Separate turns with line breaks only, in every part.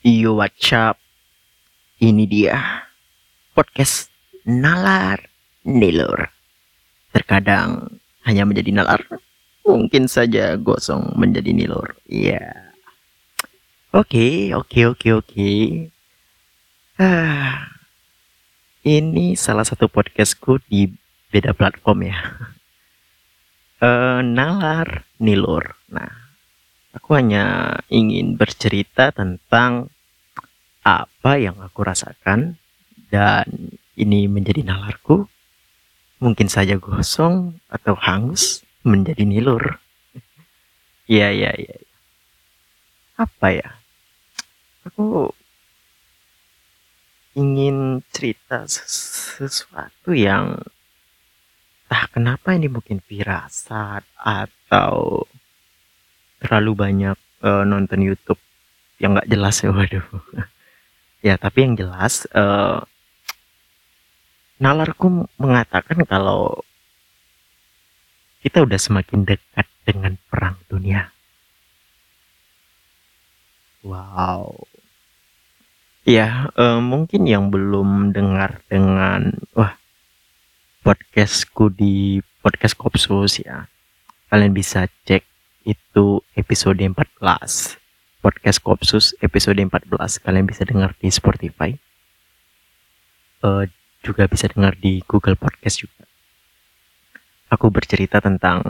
Yo, what's up? Ini dia podcast Nalar Nilur. Terkadang hanya menjadi nalar, mungkin saja gosong menjadi nilur. Iya. Oke. Ah, ini salah satu podcastku di beda platform ya. Nalar Nilur. Nah, aku hanya ingin bercerita tentang apa yang aku rasakan dan ini menjadi nalarku. Mungkin saja gosong atau hangus menjadi nilur. Iya. Apa ya? Aku ingin cerita sesuatu yang kenapa ini mungkin firasat atau terlalu banyak nonton YouTube yang nggak jelas ya, waduh. Ya, tapi yang jelas nalarku mengatakan kalau kita udah semakin dekat dengan perang dunia. Wow. Ya, mungkin yang belum dengar dengan podcastku di podcast Kopsus ya, kalian bisa cek itu episode 14. Podcast Kopsus episode 14 kalian bisa dengar di Spotify. Juga bisa dengar di Google Podcast juga. Aku bercerita tentang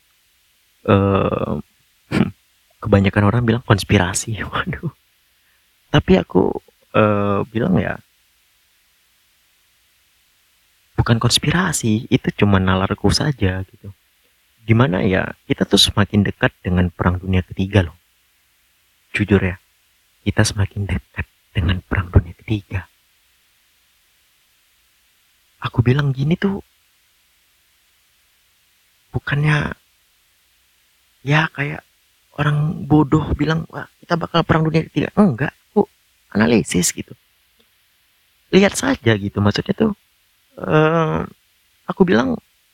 kebanyakan orang bilang konspirasi. Waduh. Tapi aku bilang ya bukan konspirasi, itu cuma nalarku saja gitu. Dimana ya kita tuh semakin dekat dengan perang dunia ketiga loh. Jujur ya, kita semakin dekat dengan perang dunia ketiga. Aku bilang gini tuh bukannya ya kayak orang bodoh bilang wah kita bakal perang dunia ketiga. Enggak, aku analisis gitu. Lihat saja gitu, maksudnya tuh aku bilang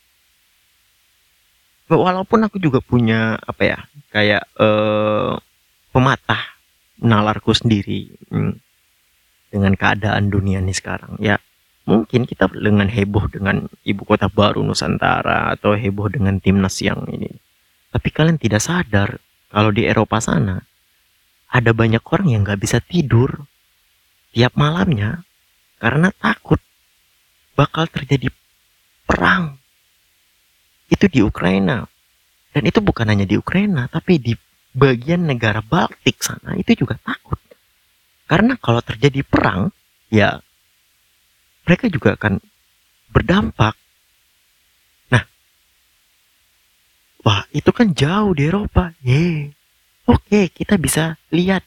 walaupun aku juga punya apa ya kayak pematah nalarku sendiri dengan keadaan dunia ini sekarang ya. Mungkin kita dengan heboh dengan ibu kota baru Nusantara atau heboh dengan timnas yang ini. Tapi kalian tidak sadar kalau di Eropa sana ada banyak orang yang nggak bisa tidur tiap malamnya karena takut bakal terjadi perang. Itu di Ukraina. Dan itu bukan hanya di Ukraina, tapi di bagian negara Baltik sana itu juga takut. Karena kalau terjadi perang, ya mereka juga akan berdampak. Nah, wah itu kan jauh di Eropa. Oke, kita bisa lihat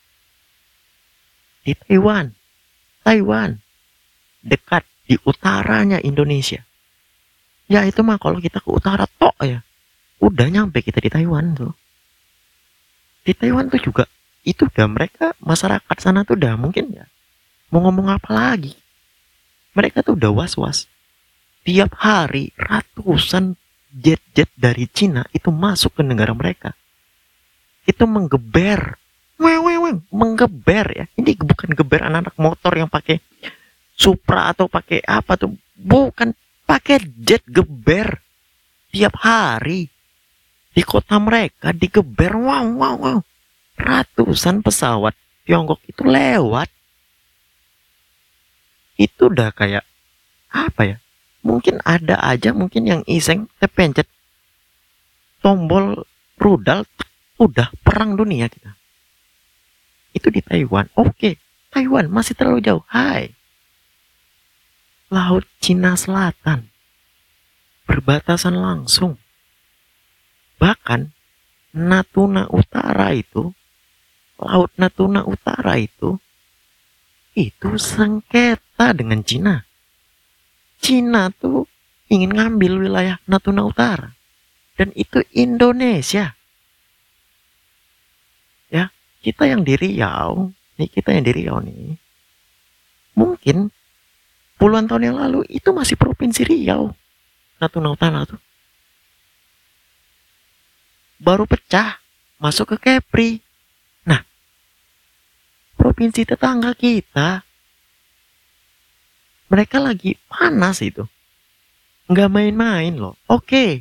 di Taiwan. Taiwan dekat di utaranya Indonesia. Ya itu mah kalau kita ke utara tok ya, udah nyampe kita di Taiwan tuh. Di Taiwan tuh juga itu udah mereka masyarakat sana tuh udah mungkin ya mau ngomong apa lagi. Mereka tuh udah was-was. Tiap hari ratusan jet-jet dari Cina itu masuk ke negara mereka. Itu menggeber. Menggeber ya. Ini bukan geber anak-anak motor yang pakai Supra atau pakai apa tuh. Bukan, pakai jet geber. Tiap hari di kota mereka digeber. Wow. Ratusan pesawat Tiongkok itu lewat. Itu udah kayak apa ya? Mungkin ada aja mungkin yang iseng pencet tombol rudal udah perang dunia kita. Itu di Taiwan. Oke, Taiwan masih terlalu jauh. Hai. Laut Cina Selatan. Berbatasan langsung. Bahkan Natuna Utara itu, Laut Natuna Utara itu sengketa dengan Cina. Cina tuh ingin ngambil wilayah Natuna Utara. Dan itu Indonesia. Ya, kita yang di Riau nih, mungkin puluhan tahun yang lalu itu masih provinsi Riau. Natuna Utara tuh. Baru pecah, masuk ke Kepri. Nah, provinsi tetangga kita. Mereka lagi panas itu. Nggak main-main loh. Oke.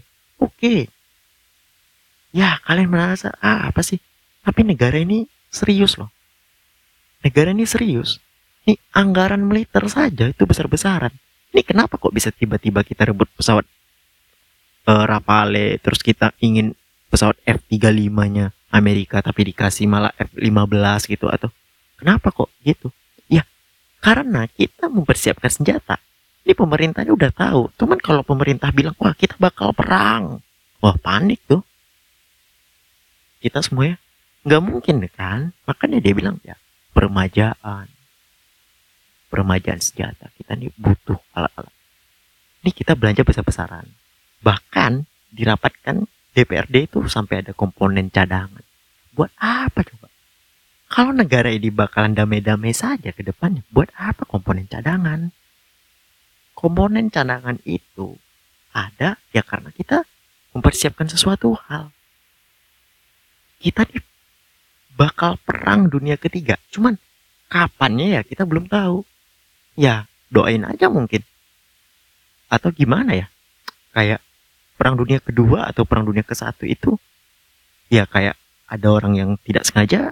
Ya, kalian merasa, apa sih? Tapi negara ini serius loh. Negara ini serius. Ini anggaran militer saja itu besar-besaran. Ini kenapa kok bisa tiba-tiba kita rebut pesawat Rafale, terus kita ingin pesawat F-35-nya Amerika tapi dikasih malah F-15 gitu, atau kenapa kok gitu? Ya, karena kita mempersiapkan senjata. Ini pemerintahnya udah tahu. Cuman kalau pemerintah bilang, wah kita bakal perang, wah panik tuh. Kita semuanya nggak mungkin kan? Makanya dia bilang ya permajaan, permajaan senjata. Kita nih butuh alat-alat. Ini kita belanja besar-besaran. Bahkan dirapatkan DPRD itu sampai ada komponen cadangan. Buat apa coba? Kalau negara ini bakalan damai-damai saja ke depannya, buat apa komponen cadangan? Komponen cadangan itu ada ya karena kita mempersiapkan sesuatu hal. Kita nih bakal perang dunia ketiga. Cuman kapannya ya kita belum tahu. Ya doain aja mungkin. Atau gimana ya? Kayak perang dunia kedua atau perang dunia ke-1 itu ya kayak ada orang yang tidak sengaja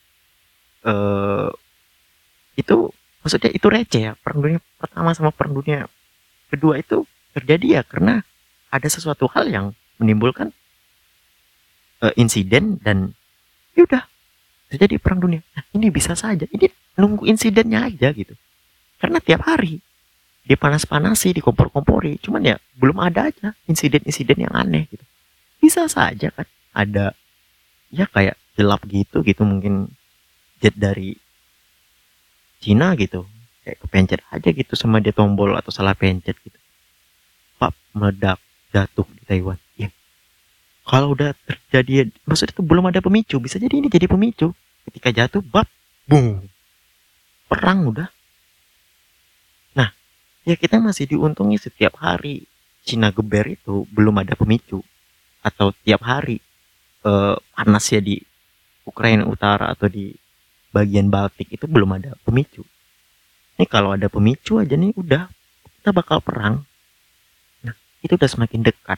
itu maksudnya itu receh ya. Perang dunia pertama sama perang dunia kedua itu terjadi ya karena ada sesuatu hal yang menimbulkan insiden dan yaudah terjadi perang dunia. Nah, ini bisa saja ini nunggu insidennya aja gitu. Karena tiap hari dipanas-panasi, dikompor-kompori, cuman ya belum ada aja insiden-insiden yang aneh gitu. Bisa saja kan ada ya kayak gelap gitu mungkin jet dari Cina gitu kayak kepencet aja gitu sama dia tombol atau salah pencet gitu, pap meledak jatuh di Taiwan ya. Kalau udah terjadi maksudnya itu belum ada pemicu, bisa jadi ini jadi pemicu ketika jatuh bab boom perang udah. Nah ya kita masih diuntungi setiap hari Cina geber itu belum ada pemicu, atau tiap hari panas ya di Ukraina Utara atau di bagian Baltik itu belum ada pemicu. Ini kalau ada pemicu aja nih udah kita bakal perang. Nah itu udah semakin dekat.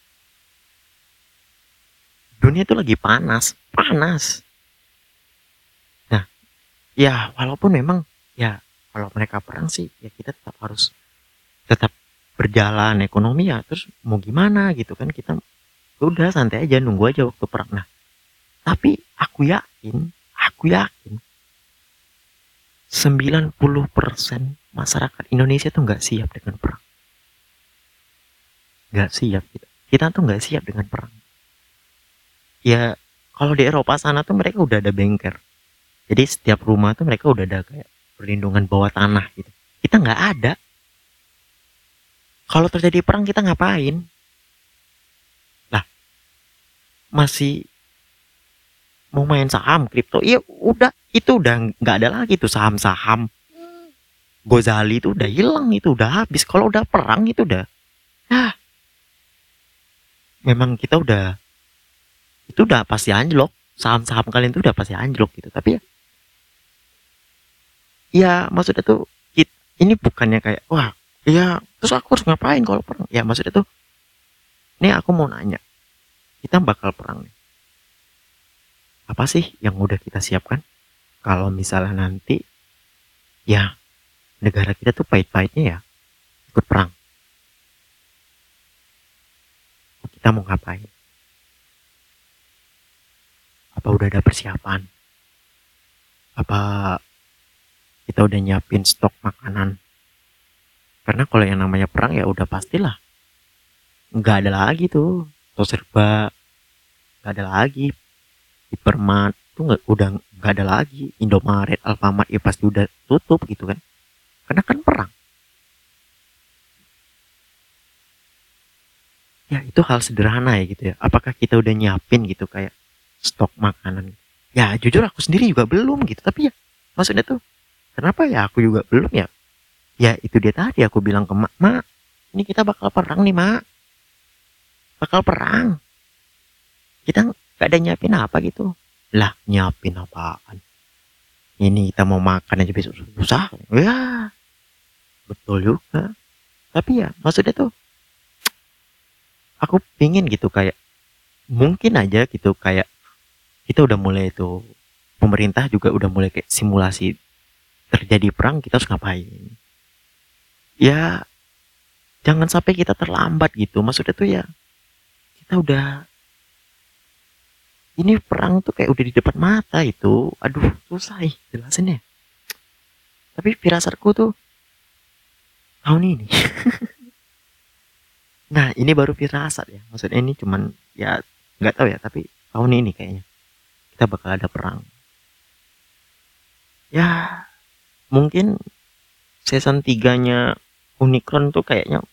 Dunia itu lagi panas. Nah ya walaupun memang ya kalau mereka perang sih ya kita tetap berjalan ekonomi ya, terus mau gimana gitu kan, kita udah santai aja nunggu aja waktu perang. Nah tapi aku yakin 90% masyarakat Indonesia tuh nggak siap dengan perang. Nggak siap kita tuh nggak siap dengan perang. Ya kalau di Eropa sana tuh mereka udah ada bunker, jadi setiap rumah tuh mereka udah ada kayak perlindungan bawah tanah gitu. Kita nggak ada. Kalau terjadi perang kita ngapain? Lah masih mau main saham kripto, iya udah itu udah nggak ada lagi tuh saham-saham. Gozali itu udah hilang, itu udah habis. Kalau udah perang itu udah memang kita udah itu udah pasti anjlok. Saham-saham kalian itu udah pasti anjlok gitu. Tapi ya maksudnya tuh ini bukannya kayak wah ya terus aku harus ngapain kalau perang. Ya maksudnya tuh ini aku mau nanya, kita bakal perang nih, apa sih yang udah kita siapkan kalau misalnya nanti ya negara kita tuh pahit-pahitnya ya ikut perang, kita mau ngapain? Apa udah ada persiapan? Apa kita udah nyiapin stok makanan? Karena kalau yang namanya perang ya udah pastilah nggak ada lagi tuh serba, nggak ada lagi Hypermart tuh udah nggak ada lagi, Indomaret, Alfamart ya pasti udah tutup gitu kan, karena kan perang. Ya itu hal sederhana ya gitu ya. Apakah kita udah nyiapin gitu kayak stok makanan? Ya jujur aku sendiri juga belum gitu. Tapi ya maksudnya tuh kenapa ya aku juga belum ya? Ya itu dia tadi aku bilang ke mak, ini kita bakal perang nih mak, bakal perang. Kita gak ada nyiapin apa gitu. Lah nyiapin apaan? Ini kita mau makan aja besok susah. Ya, betul juga. Tapi ya, maksudnya tuh aku pingin gitu kayak mungkin aja gitu kayak kita udah mulai tuh pemerintah juga udah mulai kayak simulasi terjadi perang kita harus ngapain. Ya, jangan sampai kita terlambat gitu. Maksudnya tuh ya kita udah ini perang tuh kayak udah di depan mata itu. Aduh, susah jelasinnya. Tapi firasatku tuh tahun ini. Nah, ini baru firasat ya. Maksudnya ini cuman ya nggak tahu ya, tapi tahun ini kayaknya kita bakal ada perang. Ya, mungkin season 3-nya Unicron tuh kayaknya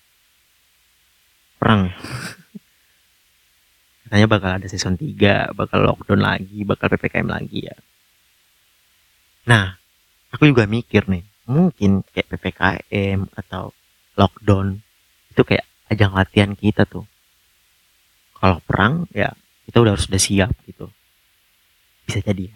perang. Katanya bakal ada season 3, bakal lockdown lagi, bakal PPKM lagi ya. Nah, aku juga mikir nih, mungkin kayak PPKM atau lockdown itu kayak ajang latihan kita tuh. Kalau perang ya kita udah siap gitu. Bisa jadi ya.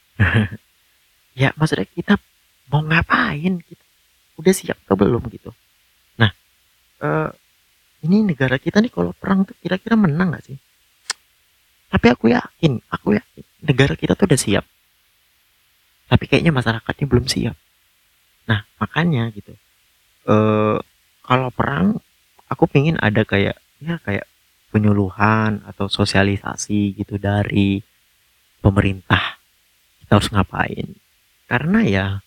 Ya maksudnya kita mau ngapain gitu. Udah siap atau belum gitu. Nah, eh, ini negara kita nih kalau perang tuh kira-kira menang gak sih? Tapi aku yakin negara kita tuh udah siap. Tapi kayaknya masyarakatnya belum siap. Nah, makanya gitu. Eh kalau perang aku pingin ada kayak ya kayak penyuluhan atau sosialisasi gitu dari pemerintah kita harus ngapain karena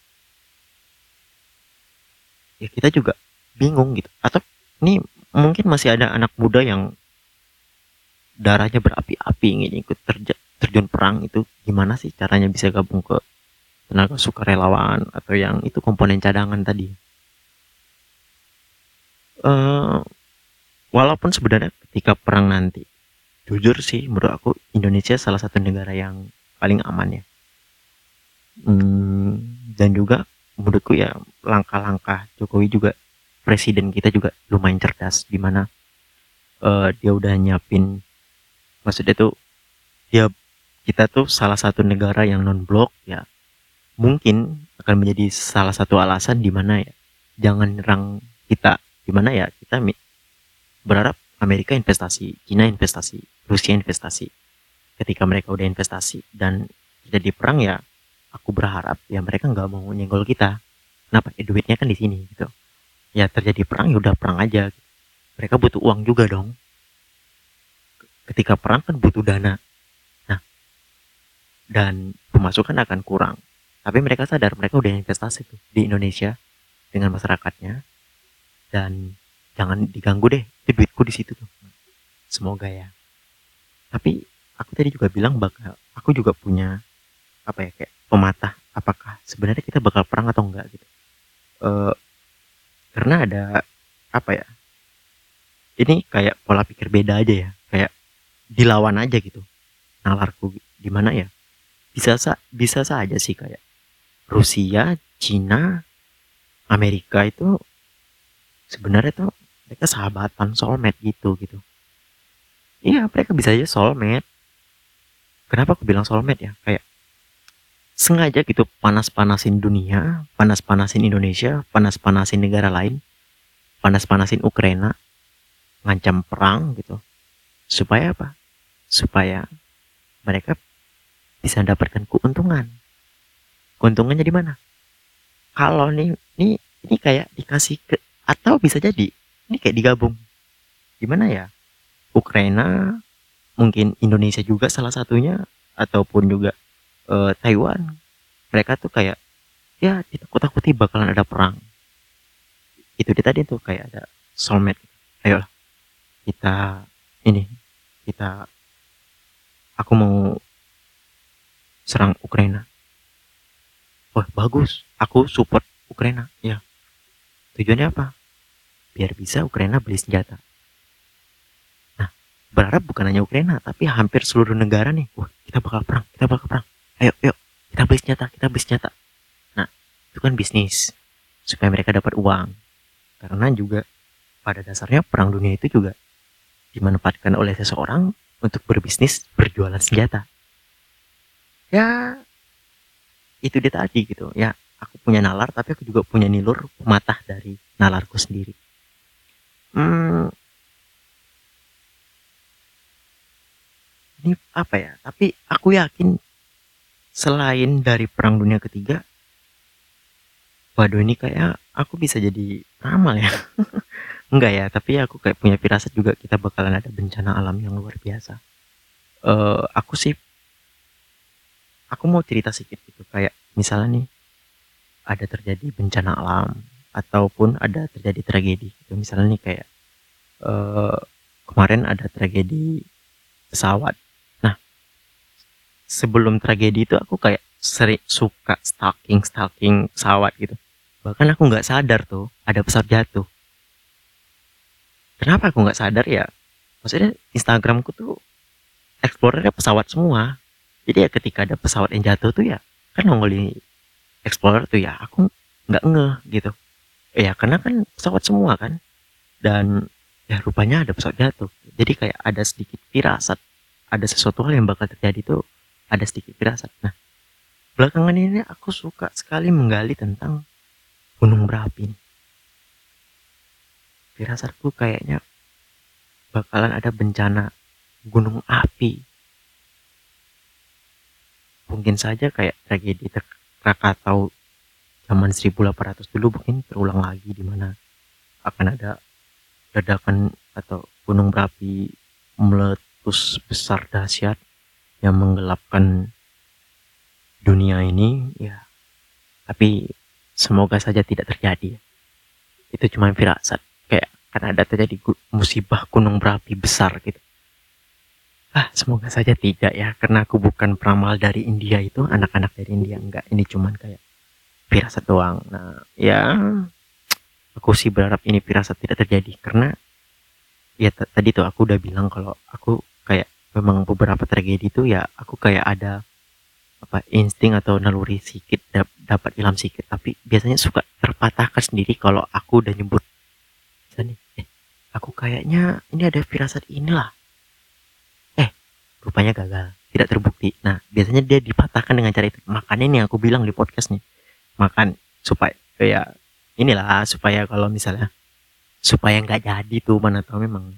ya kita juga bingung gitu atau ini mungkin masih ada anak muda yang darahnya berapi-api ingin ikut terjun perang itu gimana sih caranya bisa gabung ke tenaga sukarelawan atau yang itu komponen cadangan tadi eh walaupun sebenarnya ketika perang nanti jujur sih menurut aku Indonesia salah satu negara yang paling aman ya. Dan juga menurutku ya langkah-langkah Jokowi juga presiden kita juga lumayan cerdas di mana dia udah nyiapin maksudnya tuh dia kita tuh salah satu negara yang non blok ya mungkin akan menjadi salah satu alasan di mana ya jangan nyerang kita di mana ya kita berharap Amerika investasi, Cina investasi, Rusia investasi. Ketika mereka udah investasi dan terjadi perang ya aku berharap ya mereka nggak mau nyenggol kita. Kenapa? Ya duitnya kan di sini gitu. Ya terjadi perang ya udah perang aja. Mereka butuh uang juga dong. Ketika perang kan butuh dana. Nah, dan pemasukan akan kurang. Tapi mereka sadar mereka udah investasi tuh di Indonesia dengan masyarakatnya dan jangan diganggu deh. Itu duitku di situ tuh. Semoga ya. Tapi aku tadi juga bilang bakal aku juga punya apa ya kayak pematah apakah sebenarnya kita bakal perang atau enggak gitu. Eh karena ada apa ya? Ini kayak pola pikir beda aja ya. Kayak dilawan aja gitu. Nalarku gimana ya? Bisa saja sih kayak Rusia, Cina, Amerika itu sebenarnya tuh mereka sahabatan soulmate gitu. Iya, mereka bisa aja soulmate. Kenapa aku bilang soulmate ya? Kayak sengaja gitu panas-panasin dunia, panas-panasin Indonesia, panas-panasin negara lain, panas-panasin Ukraina, ngancam perang gitu. Supaya apa? Supaya mereka bisa mendapatkan keuntungan. Keuntungannya di mana? Kalau ini kayak dikasih ke atau bisa jadi ini kayak digabung. Gimana ya? Ukraina, mungkin Indonesia juga salah satunya ataupun juga Taiwan. Mereka tuh kayak ya ditakut-takuti bakalan ada perang. Itu dia tadi tuh kayak ada soulmate. Ayolah kita ini kita aku mau serang Ukraina. Wah bagus, aku support Ukraina. Ya tujuannya apa? Biar bisa Ukraina beli senjata. Nah berharap bukan hanya Ukraina tapi hampir seluruh negara nih. Wah kita bakal perang. Ayo yuk kita beli senjata. Nah itu kan bisnis supaya mereka dapat uang. Karena juga pada dasarnya perang dunia itu juga dimanfaatkan oleh seseorang untuk berbisnis berjualan senjata. Ya itu dia tadi gitu ya, aku punya nalar tapi aku juga punya nilur pematah dari nalarku sendiri. Hmm, ini apa ya, tapi aku yakin selain dari Perang Dunia Ketiga, waduh ini kayak aku bisa jadi ramal ya. Enggak ya, tapi aku kayak punya firasat juga kita bakalan ada bencana alam yang luar biasa. Aku sih, aku mau cerita sedikit gitu, kayak misalnya nih ada terjadi bencana alam ataupun ada terjadi tragedi gitu. Misalnya nih kayak eh, kemarin ada tragedi pesawat. Nah, sebelum tragedi itu aku kayak sering suka stalking pesawat gitu. Bahkan aku nggak sadar tuh ada pesawat jatuh. Kenapa aku nggak sadar ya? Maksudnya Instagramku tuh explorernya pesawat semua. Jadi ya ketika ada pesawat yang jatuh tuh ya kan nongol di explorer tuh ya aku nggak ngeh gitu. Ya karena kan pesawat semua kan, dan ya rupanya ada pesawat jatuh. Jadi kayak ada sedikit firasat, ada sesuatu hal yang bakal terjadi tuh, ada sedikit firasat. Nah, belakangan ini aku suka sekali menggali tentang gunung berapi. Firasatku kayaknya bakalan ada bencana gunung api. Mungkin saja kayak tragedi Krakatau zaman 1800 dulu mungkin terulang lagi, di mana akan ada ledakan atau gunung berapi meletus besar dahsyat yang menggelapkan dunia ini ya. Tapi semoga saja tidak terjadi. Itu cuma firasat, kayak kan ada terjadi musibah gunung berapi besar gitu. Semoga saja tidak ya, karena aku bukan peramal dari India, itu anak-anak dari India, enggak, ini cuman kayak firasat doang. Nah ya, aku sih berharap ini firasat tidak terjadi, karena ya tadi tuh aku udah bilang kalau aku kayak memang beberapa tragedi itu ya aku kayak ada apa insting atau naluri sikit, dapat ilham sikit, tapi biasanya suka terpatahkan sendiri kalau aku udah nyebut misalnya aku kayaknya ini ada firasat inilah, rupanya gagal, tidak terbukti. Nah biasanya dia dipatahkan dengan cara itu. Makanya ini aku bilang di podcast nih, makan supaya kayak inilah, supaya kalau misalnya supaya nggak jadi tuh, mana tahu memang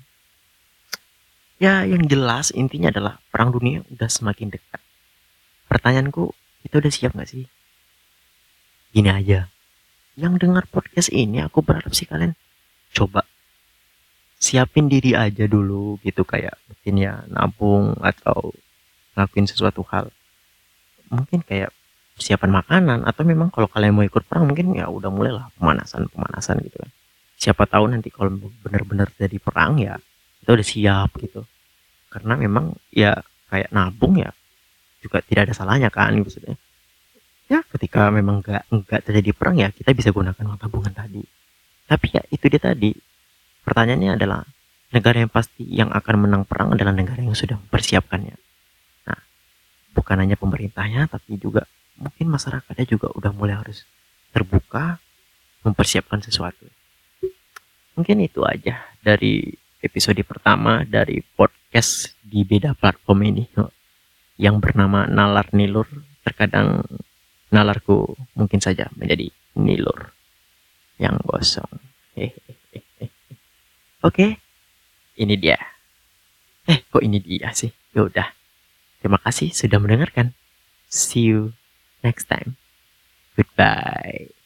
ya. Yang jelas intinya adalah perang dunia udah semakin dekat. Pertanyaanku, itu udah siap nggak sih? Gini aja, yang dengar podcast ini aku berharap sih kalian coba siapin diri aja dulu gitu, kayak mungkin ya nabung atau ngelakuin sesuatu hal, mungkin kayak persiapan makanan, atau memang kalau kalian mau ikut perang mungkin ya udah mulailah pemanasan gitu kan. Siapa tahu nanti kalau benar-benar jadi perang ya kita udah siap gitu. Karena memang ya kayak nabung ya juga tidak ada salahnya kan maksudnya. Ya ketika memang nggak terjadi perang ya kita bisa gunakan uang tabungan tadi. Tapi ya itu dia tadi, pertanyaannya adalah negara yang pasti yang akan menang perang adalah negara yang sudah mempersiapkannya. Nah, bukan hanya pemerintahnya tapi juga mungkin masyarakatnya juga udah mulai harus terbuka mempersiapkan sesuatu. Mungkin itu aja dari episode pertama dari podcast di beda platform ini yang bernama Nalar Nilur. Terkadang nalarku mungkin saja menjadi nilur yang gosong. Hehehe. Oke, ini dia. Kok ini dia sih? Yaudah, terima kasih sudah mendengarkan. See you next time. Goodbye.